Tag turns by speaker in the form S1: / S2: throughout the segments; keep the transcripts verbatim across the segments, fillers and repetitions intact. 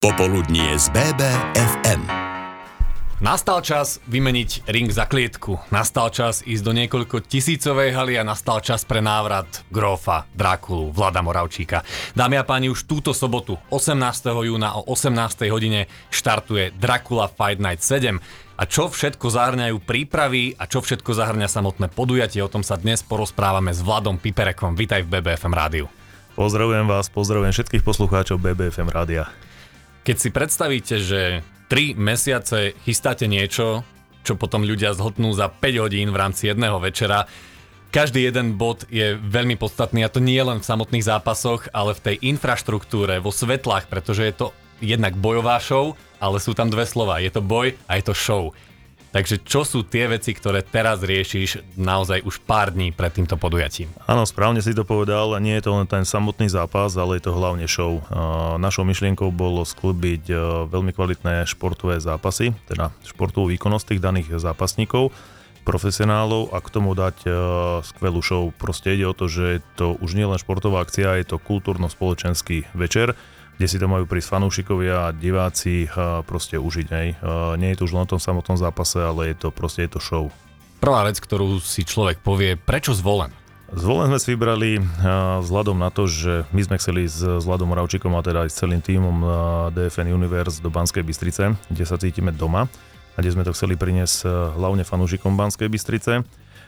S1: Popoludnie z bé bé ef em.
S2: Nastal čas vymeniť ring za klietku, nastal čas ísť do niekoľko tisícovej haly a nastal čas pre návrat grófa Drákulu Vlada Moravčíka. Dámy a páni, už túto sobotu, osemnásteho júna o osemnástej hodine štartuje Dracula Fight Night sedem. A čo všetko zahŕňajú prípravy a čo všetko zahŕňa samotné podujatie, o tom sa dnes porozprávame s Vladom Piperekom. Vítaj v bé bé ef em rádiu.
S3: Pozdravujem vás, pozdravujem všetkých poslucháčov bé bé ef em rádia.
S2: Keď si predstavíte, že tri mesiace chystáte niečo, čo potom ľudia zhltnú za päť hodín v rámci jedného večera, každý jeden bod je veľmi podstatný, a to nie len v samotných zápasoch, ale v tej infraštruktúre, vo svetlách, pretože je to jednak bojová show, ale sú tam dve slova. Je to boj a je to show. Takže čo sú tie veci, ktoré teraz riešiš naozaj už pár dní pred týmto podujatím?
S3: Áno, správne si to povedal, nie je to len ten samotný zápas, ale je to hlavne show. Našou myšlienkou bolo sklbiť veľmi kvalitné športové zápasy, teda športovú výkonnosť tých daných zápasníkov, profesionálov a k tomu dať skvelú show. Proste ide o to, že je to už nie len športová akcia, je to kultúrno-spoločenský večer, kde si to majú prísť fanúšikovia a diváci proste užiť. Nej. Nie je to už len o tom samotnom zápase, ale je to proste je to show.
S2: Prvá vec, ktorú si človek povie, prečo Zvolen?
S3: Zvolen sme si vybrali vzhľadom na to, že my sme chceli s Vladom Moravčíkom a teda aj s celým tímom dé ef en Universe do Banskej Bystrice, kde sa cítime doma a kde sme to chceli priniesť hlavne fanúšikom Banskej Bystrice,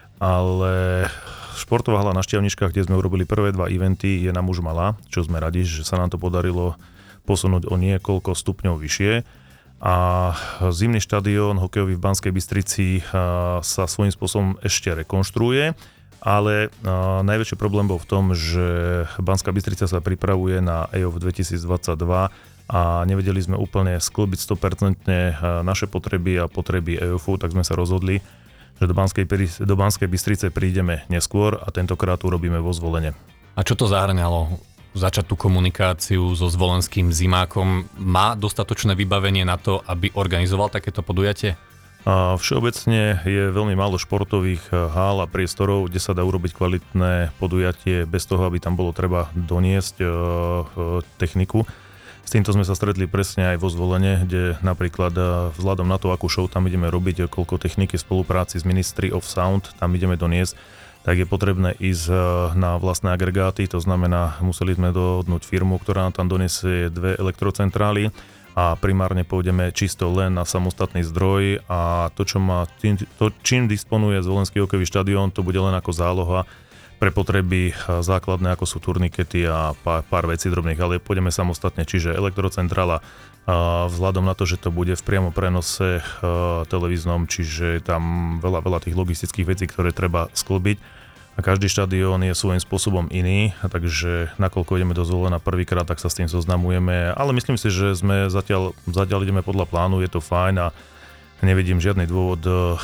S3: ale športová hala na Štiavničkách, kde sme urobili prvé dva eventy, je nám už malá, čo sme radi, že sa nám to podarilo posunúť o niekoľko stupňov vyššie. A zimný štadión hokejový v Banskej Bystrici sa svojím spôsobom ešte rekonštruuje, ale najväčší problém bol v tom, že Banská Bystrica sa pripravuje na é ó ef dvetisícdvadsaťdva a nevedeli sme úplne sklbiť sto percent naše potreby a potreby é ó efu, tak sme sa rozhodli, že do Banskej, do Banskej Bystrice prídeme neskôr a tentokrát urobíme vo Zvolene.
S2: A čo to zahrňalo? Začať tú komunikáciu so zvolenským zimákom? Má dostatočné vybavenie na to, aby organizoval takéto podujatie?
S3: A všeobecne je veľmi málo športových hál a priestorov, kde sa dá urobiť kvalitné podujatie bez toho, aby tam bolo treba doniesť e, e, techniku. S týmto sme sa stretli presne aj vo Zvolene, kde napríklad vzhľadom na to, akú show tam ideme robiť, koľko techniky v spolupráci s Ministry of Sound tam ideme doniesť, tak je potrebné ísť na vlastné agregáty, to znamená, museli sme dohodnúť firmu, ktorá nám tam donesie dve elektrocentrály a primárne pôjdeme čisto len na samostatný zdroj a to, čo má, tým, to čím disponuje Zvolenský hokejový štadión, to bude len ako záloha pre potreby základné, ako sú turnikety a pár, pár vecí drobných, ale pôjdeme samostatne, čiže elektrocentrála vzhľadom na to, že to bude v priamo prenose televíznom, čiže tam veľa, veľa tých logistických vecí, ktoré treba sklbiť a každý štadión je svojím spôsobom iný, takže nakoľko ideme do Zvolena prvýkrát, tak sa s tým zoznamujeme, ale myslím si, že sme zatiaľ, zatiaľ ideme podľa plánu, je to fajn a nevidím žiadny dôvod,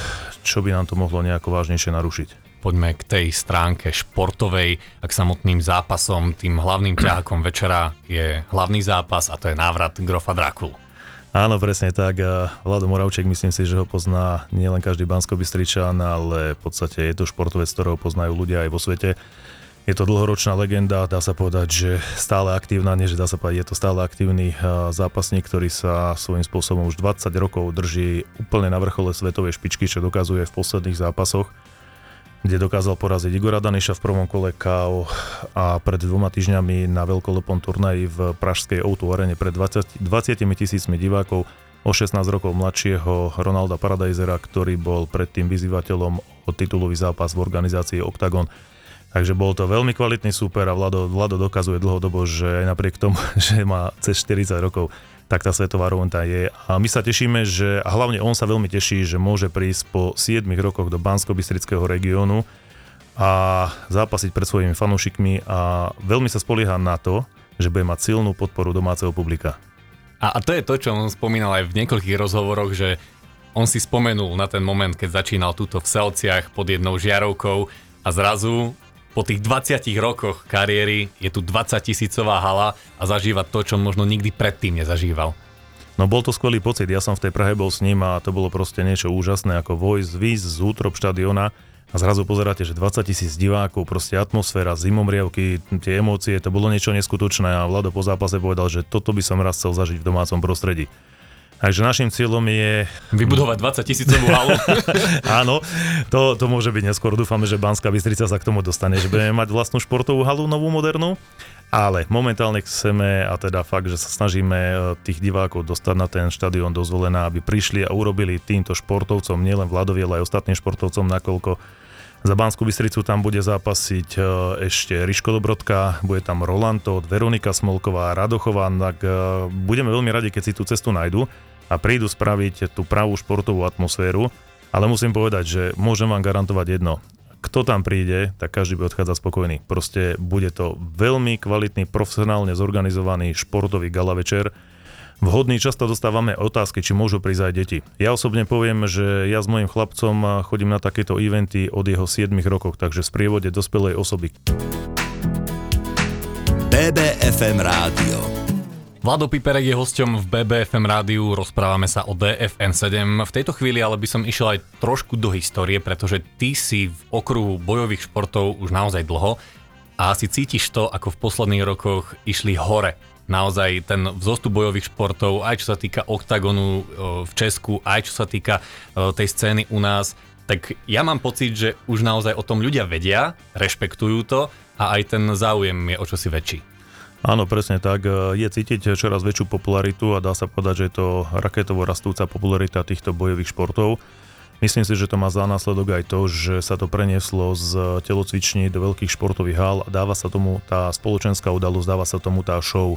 S3: čo by nám to mohlo nejako vážnejšie narušiť.
S2: Poďme k tej stránke športovej a k samotným zápasom. Tým hlavným ťahakom večera je hlavný zápas a to je návrat grófa Drákulu.
S3: Áno, presne tak. Vlado Moravčík, myslím si, že ho pozná nielen každý Banskobystričan, ale v podstate je to športovec, ktorého poznajú ľudia aj vo svete. Je to dlhoročná legenda, dá sa povedať, že stále aktívna, nie že dá sa povedať, je to stále aktívny zápasník, ktorý sa svojím spôsobom už dvadsať rokov drží úplne na vrchole svetovej špičky, čo dokazuje v posledných zápasoch, kde dokázal poraziť Igora Daniša v prvom kole ká ó a pred dvoma týždňami na veľkolepom turnaji v pražskej ó dva arene pred dvadsiatimi tisícmi divákov o šestnásť rokov mladšieho Ronalda Paradajzera, ktorý bol predtým vyzývateľom o titulový zápas v organizácii Octagon. Takže bol to veľmi kvalitný súper a Vlado, Vlado dokazuje dlhodobo, že aj napriek tomu, že má cez štyridsať rokov, tak tá svetová roventa je. A my sa tešíme, že, a hlavne on sa veľmi teší, že môže prísť po siedmich rokoch do Banskobystrického regiónu a zápasiť pred svojimi fanúšikmi a veľmi sa spolieha na to, že bude mať silnú podporu domáceho publika.
S2: A, a to je to, čo on spomínal aj v niekoľkých rozhovoroch, že on si spomenul na ten moment, keď začínal túto v Selciach pod jednou žiarovkou a zrazu po tých dvadsiatich rokoch kariéry je tu dvadsaťtisícová hala a zažíva to, čo možno nikdy predtým nezažíval.
S3: No bol to skvelý pocit, ja som v tej Prahe bol s ním a to bolo proste niečo úžasné, ako vojsť, výjsť z útrob štadiona a zrazu pozeráte, že dvadsať tisíc divákov, proste atmosféra, zimomriavky, tie emócie, to bolo niečo neskutočné a Vlado po zápase povedal, že toto by som raz chcel zažiť v domácom prostredí. Takže našim cieľom je...
S2: Vybudovať dvadsaťtisícovú halu.
S3: Áno, to, to môže byť neskôr. Dúfame, že Banská Bystrica sa k tomu dostane, že budeme mať vlastnú športovú halu, novú, modernú. Ale momentálne chceme, a teda fakt, že sa snažíme tých divákov dostať na ten štadión do Zvolena, aby prišli a urobili týmto športovcom, nielen Vladovi, ale aj ostatným športovcom, nakoľko za Banskú Bystricu tam bude zápasiť ešte Riško Dobrodka, bude tam Roland Todt, Veronika Smolková, Radochová, tak budeme veľmi radi, keď si tú cestu nájdu a prídu spraviť tú pravú športovú atmosféru, ale musím povedať, že môžem vám garantovať jedno. Kto tam príde, tak každý bude odchádzať spokojný. Proste bude to veľmi kvalitný, profesionálne zorganizovaný športový gala večer. Vhodný často dostávame otázky, či môžu prísť aj deti. Ja osobne poviem, že ja s mojím chlapcom chodím na takéto eventy od jeho siedmich rokov, takže v sprievode dospelej osoby.
S1: bé bé ef em Rádio.
S2: Vlado Piperek je hosťom v bé bé ef em rádiu, rozprávame sa o dé ef en sedem. V tejto chvíli ale by som išiel aj trošku do histórie, pretože ty si v okruhu bojových športov už naozaj dlho a asi cítiš to, ako v posledných rokoch išli hore. Naozaj ten vzostup bojových športov, aj čo sa týka oktagonu v Česku, aj čo sa týka tej scény u nás, tak ja mám pocit, že už naozaj o tom ľudia vedia, rešpektujú to a aj ten záujem je o čosi väčší.
S3: Áno, presne tak. Je cítiť čoraz väčšiu popularitu a dá sa povedať, že je to raketovo rastúca popularita týchto bojových športov. Myslím si, že to má za následok aj to, že sa to prenieslo z telocviční do veľkých športových hál a dáva sa tomu tá spoločenská udalosť, dáva sa tomu tá show.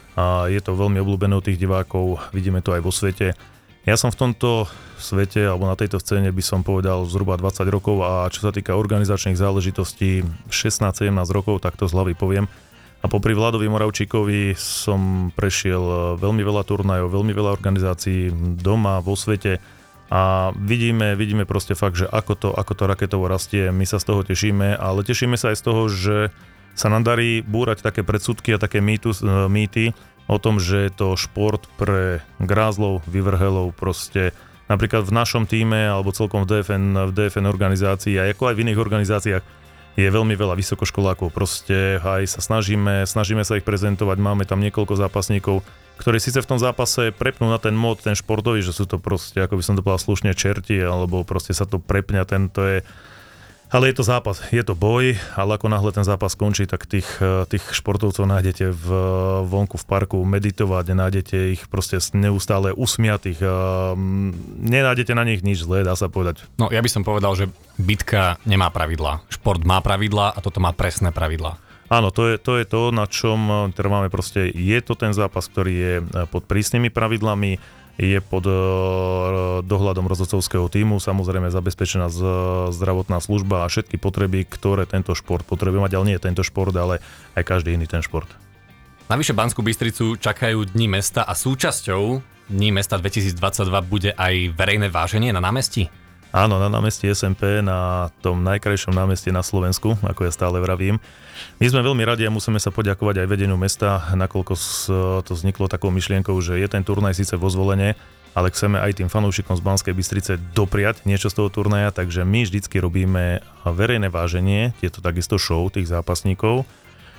S3: A je to veľmi obľúbené od tých divákov, vidíme to aj vo svete. Ja som v tomto svete, alebo na tejto scéne by som povedal zhruba dvadsať rokov a čo sa týka organizačných záležitostí šestnásť sedemnásť rokov, tak to z hlavy poviem. A popri Vladovi Moravčíkovi som prešiel veľmi veľa turnajov, veľmi veľa organizácií doma, vo svete a vidíme, vidíme proste fakt, že ako to, ako to raketovo rastie, my sa z toho tešíme, ale tešíme sa aj z toho, že sa nám darí búrať také predsudky a také mýtus, mýty o tom, že je to šport pre grázlov, vyvrhelov, proste napríklad v našom tíme alebo celkom v dé ef en, v dé ef en organizácii a ako aj v iných organizáciách je veľmi veľa vysokoškolákov, proste aj sa snažíme, snažíme sa ich prezentovať, máme tam niekoľko zápasníkov, ktorí síce v tom zápase prepnú na ten mod, ten športový, že sú to proste, ako by som to povedal slušne, čerti, alebo proste sa to prepňa, ten to je, ale je to zápas, je to boj, ale ako náhle ten zápas skončí, tak tých, tých športovcov nájdete v, vonku v parku meditovať, nájdete ich proste neustále usmiatých, nenájdete na nich nič zlé, dá sa povedať.
S2: No ja by som povedal, že bitka nemá pravidlá, šport má pravidlá a toto má presné pravidlá.
S3: Áno, to je, to je to, na čom trváme proste, je to ten zápas, ktorý je pod prísnymi pravidlami, je pod dohľadom rozhodcovského tímu, samozrejme zabezpečená zdravotná služba a všetky potreby, ktoré tento šport potrebuje mať, ale nie tento šport, ale aj každý iný ten šport.
S2: Navyše Banskú Bystricu čakajú Dni mesta a súčasťou Dní mesta dvetisícdvadsaťdva bude aj verejné váženie na námestí?
S3: Áno, na námestí es em pé, na tom najkrajšom námestí na Slovensku, ako ja stále vravím. My sme veľmi radi a musíme sa poďakovať aj vedeniu mesta, nakoľko to vzniklo takou myšlienkou, že je ten turnaj síce vo Zvolene, ale chceme aj tým fanúšikom z Banskej Bystrice dopriať niečo z toho turnaja, takže my vždycky robíme verejné váženie, je to takisto show tých zápasníkov.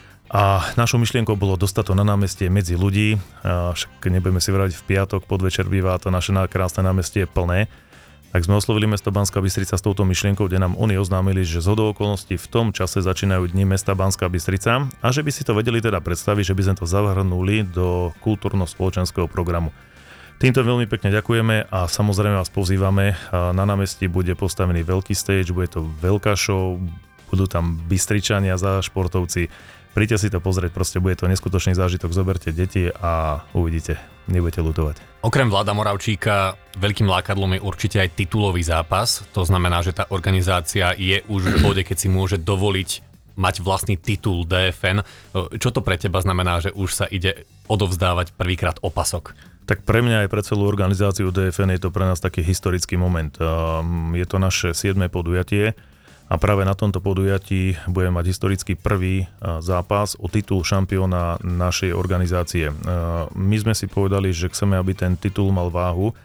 S3: A našou myšlienkou bolo dostať to na námestie medzi ľudí, však nebudeme si vrať v piatok, podvečer býva to naše krásne námestie plné. Tak sme oslovili mesto Banská Bystrica s touto myšlienkou, kde nám oni oznámili, že zhodou okolností v tom čase začínajú Dni mesta Banská Bystrica a že by si to vedeli teda predstaviť, že by sme to zahrnuli do kultúrno-spoločenského programu. Týmto veľmi pekne ďakujeme a samozrejme vás pozývame. Na námestí bude postavený veľký stage, bude to veľká show, budú tam Bystričania za športovci. Príďte si to pozrieť, proste bude to neskutočný zážitok, zoberte deti a uvidíte, nebudete ľutovať.
S2: Okrem Vlada Moravčíka veľkým lákadlom je určite aj titulový zápas, to znamená, že tá organizácia je už v bode, keď si môže dovoliť mať vlastný titul dé ef en. Čo to pre teba znamená, že už sa ide odovzdávať prvýkrát opasok?
S3: Tak pre mňa aj pre celú organizáciu dé ef en je to pre nás taký historický moment. Je to naše siedme podujatie. A práve na tomto podujatí budeme mať historicky prvý zápas o titul šampióna našej organizácie. My sme si povedali, že chceme, aby ten titul mal váhu,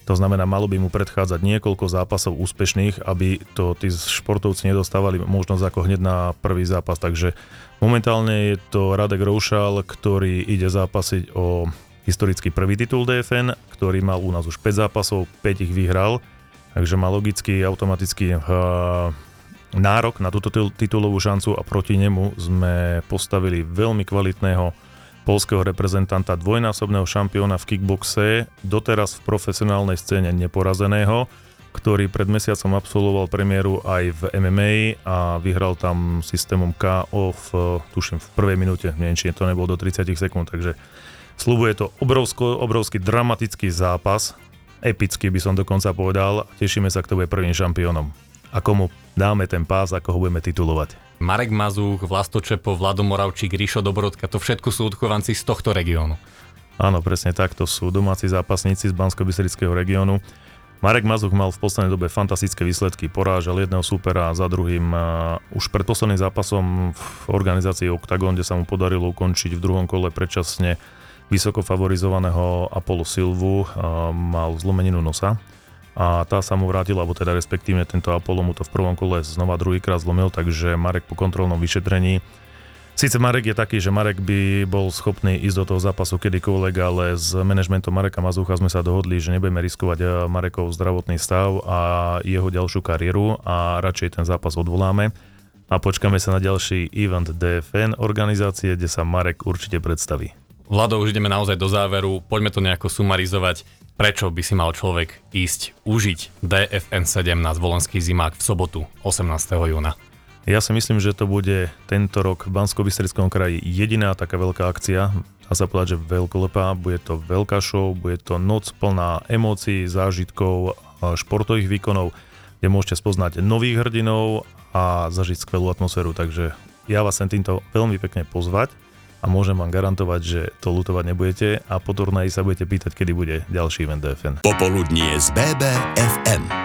S3: To znamená, malo by mu predchádzať niekoľko zápasov úspešných, aby to tí športovci nedostávali možnosť ako hneď na prvý zápas. Takže momentálne je to Radek Roušal, ktorý ide zápasiť o historický prvý titul dé ef en, ktorý mal u nás už päť zápasov, päť ich vyhral, takže má logicky, automaticky uh, nárok na túto titulovú šancu a proti nemu sme postavili veľmi kvalitného poľského reprezentanta, dvojnásobného šampióna v kickboxe, doteraz v profesionálnej scéne neporazeného, ktorý pred mesiacom absolvoval premiéru aj v em em á a vyhral tam systémom ká ó v, tuším, v prvej minúte, neviem, či to nebolo do tridsať sekúnd, takže sľubuje to obrovsko, obrovský dramatický zápas, epický by som dokonca povedal, tešíme sa, kto bude prvým šampiónom a komu dáme ten pás, ako ho budeme titulovať.
S2: Marek Mazúch, Vlasto Čepo, Vlado Moravčík, Ríšo Dobrodka, to všetko sú odchovanci z tohto regiónu.
S3: Áno, presne tak, to sú domáci zápasníci z Banskobystrického regiónu. Marek Mazúch mal v poslednej dobe fantastické výsledky, porážal jedného supera za druhým. Už pred posledným zápasom v organizácii Octagon, kde sa mu podarilo ukončiť v druhom kole predčasne vysoko favorizovaného Apollo Silvu, mal zlomeninu nosa. A tá sa mu vrátila, alebo teda respektívne tento Apollo mu to v prvom kole znova druhýkrát zlomil, takže Marek po kontrolnom vyšetrení. Sice Marek je taký, že Marek by bol schopný ísť do toho zápasu kedykoľvek, ale s manažmentom Mareka Mazúcha sme sa dohodli, že nebudeme riskovať Marekov zdravotný stav a jeho ďalšiu kariéru a radšej ten zápas odvoláme a počkáme sa na ďalší event dé ef en organizácie, kde sa Marek určite predstaví.
S2: Vlado, už ideme naozaj do záveru, poďme to nejako sumarizovať. Prečo by si mal človek ísť užiť dé ef en sedemnásť Volenský zimák v sobotu osemnásteho júna?
S3: Ja si myslím, že to bude tento rok v Banskobystrickom kraji jediná taká veľká akcia. Dá sa povedať, že veľkolepá. Bude to veľká show, bude to noc plná emócií, zážitkov, športových výkonov, kde môžete spoznať nových hrdinov a zažiť skvelú atmosféru. Takže ja vás chcem týmto veľmi pekne pozvať. A môžem vám garantovať, že to ľutovať nebudete a po turnaji sa budete pýtať, kedy bude ďalší event dé ef en.
S1: Popoludnie z bé bé ef em.